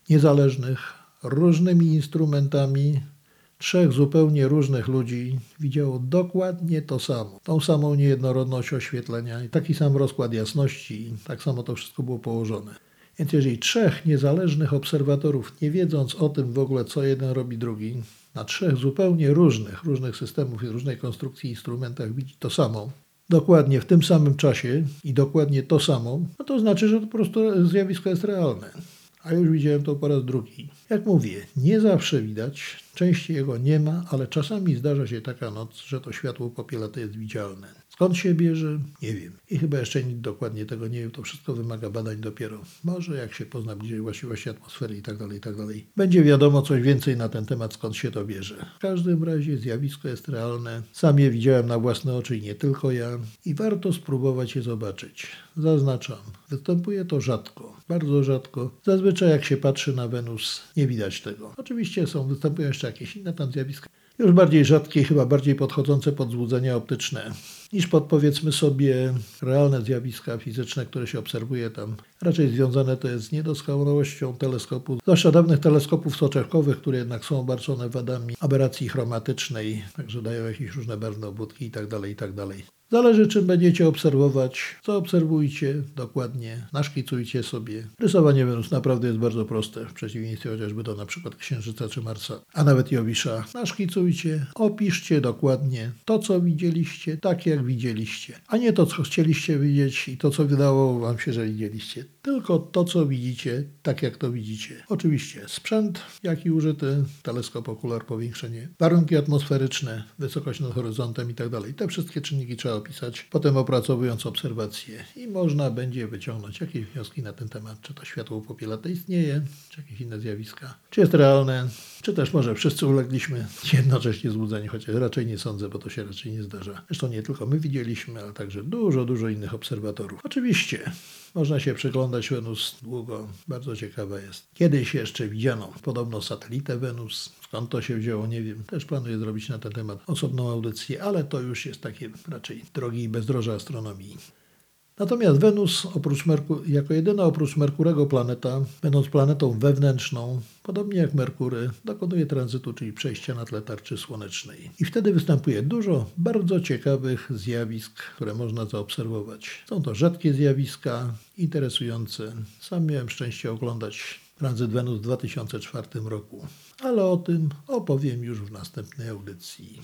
niezależnych, różnymi instrumentami, trzech zupełnie różnych ludzi widziało dokładnie to samo. Tą samą niejednorodność oświetlenia i taki sam rozkład jasności, tak samo to wszystko było położone. Więc jeżeli trzech niezależnych obserwatorów, nie wiedząc o tym w ogóle, co jeden robi drugi, na trzech zupełnie różnych systemów i różnej konstrukcji instrumentach widzi to samo, dokładnie w tym samym czasie i dokładnie to samo, no to znaczy, że to po prostu zjawisko jest realne. A już widziałem to po raz drugi. Jak mówię, nie zawsze widać, częściej jego nie ma, ale czasami zdarza się taka noc, że to światło popielate jest widzialne. Skąd się bierze? Nie wiem. I chyba jeszcze nikt dokładnie tego nie wiem. To wszystko wymaga badań dopiero. Może jak się pozna bliżej właściwości atmosfery i tak dalej, będzie wiadomo coś więcej na ten temat, skąd się to bierze. W każdym razie zjawisko jest realne. Sam je widziałem na własne oczy i nie tylko ja. I warto spróbować je zobaczyć. Zaznaczam, występuje to rzadko, bardzo rzadko. Zazwyczaj jak się patrzy na Wenus, nie widać tego. Oczywiście występują jeszcze jakieś inne tam zjawiska, już bardziej rzadkie, chyba bardziej podchodzące pod złudzenia optyczne, niż pod, powiedzmy sobie, realne zjawiska fizyczne, które się obserwuje tam. Raczej związane to jest z niedoskonałością teleskopu, zwłaszcza dawnych teleskopów soczewkowych, które jednak są obarczone wadami aberracji chromatycznej, także dają jakieś różne barwne obłudki itd. Zależy, czym będziecie obserwować, co obserwujcie dokładnie, naszkicujcie sobie. Rysowanie Wenus naprawdę jest bardzo proste, w przeciwieństwie chociażby do na przykład Księżyca czy Marsa, a nawet Jowisza. Naszkicujcie, opiszcie dokładnie to, co widzieliście, tak jak widzieliście, a nie to, co chcieliście widzieć i to, co wydawało wam się, że widzieliście. Tylko to, co widzicie, tak jak to widzicie. Oczywiście sprzęt, jaki użyty, teleskop, okular, powiększenie, warunki atmosferyczne, wysokość nad horyzontem itd. Te wszystkie czynniki trzeba opisać, potem opracowując obserwacje i można będzie wyciągnąć jakieś wnioski na ten temat, czy to światło popielate istnieje, czy jakieś inne zjawiska, czy jest realne, czy też może wszyscy ulegliśmy jednocześnie złudzeni, chociaż raczej nie sądzę, bo to się raczej nie zdarza. Zresztą nie tylko my widzieliśmy, ale także dużo innych obserwatorów. Oczywiście można się przyglądać Wenus długo, bardzo ciekawa jest. Kiedyś jeszcze widziano podobno satelitę Wenus, skąd to się wzięło, nie wiem. Też planuję zrobić na ten temat osobną audycję, ale to już jest takie raczej drogi i bezdroża astronomii. Natomiast Wenus, jako jedyna oprócz Merkurego planeta, będąc planetą wewnętrzną, podobnie jak Merkury, dokonuje tranzytu, czyli przejścia na tle tarczy słonecznej. I wtedy występuje dużo bardzo ciekawych zjawisk, które można zaobserwować. Są to rzadkie zjawiska, interesujące. Sam miałem szczęście oglądać tranzyt Wenus w 2004 roku, ale o tym opowiem już w następnej audycji.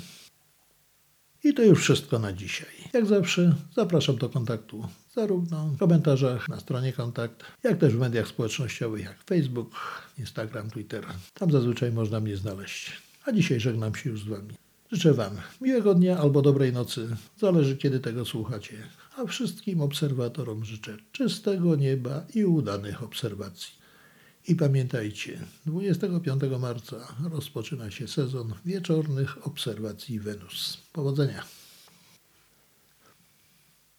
I to już wszystko na dzisiaj. Jak zawsze zapraszam do kontaktu zarówno w komentarzach na stronie Kontakt, jak też w mediach społecznościowych jak Facebook, Instagram, Twitter. Tam zazwyczaj można mnie znaleźć. A dzisiaj żegnam się już z Wami. Życzę Wam miłego dnia albo dobrej nocy, zależy kiedy tego słuchacie. A wszystkim obserwatorom życzę czystego nieba i udanych obserwacji. I pamiętajcie, 25 marca rozpoczyna się sezon wieczornych obserwacji Wenus. Powodzenia!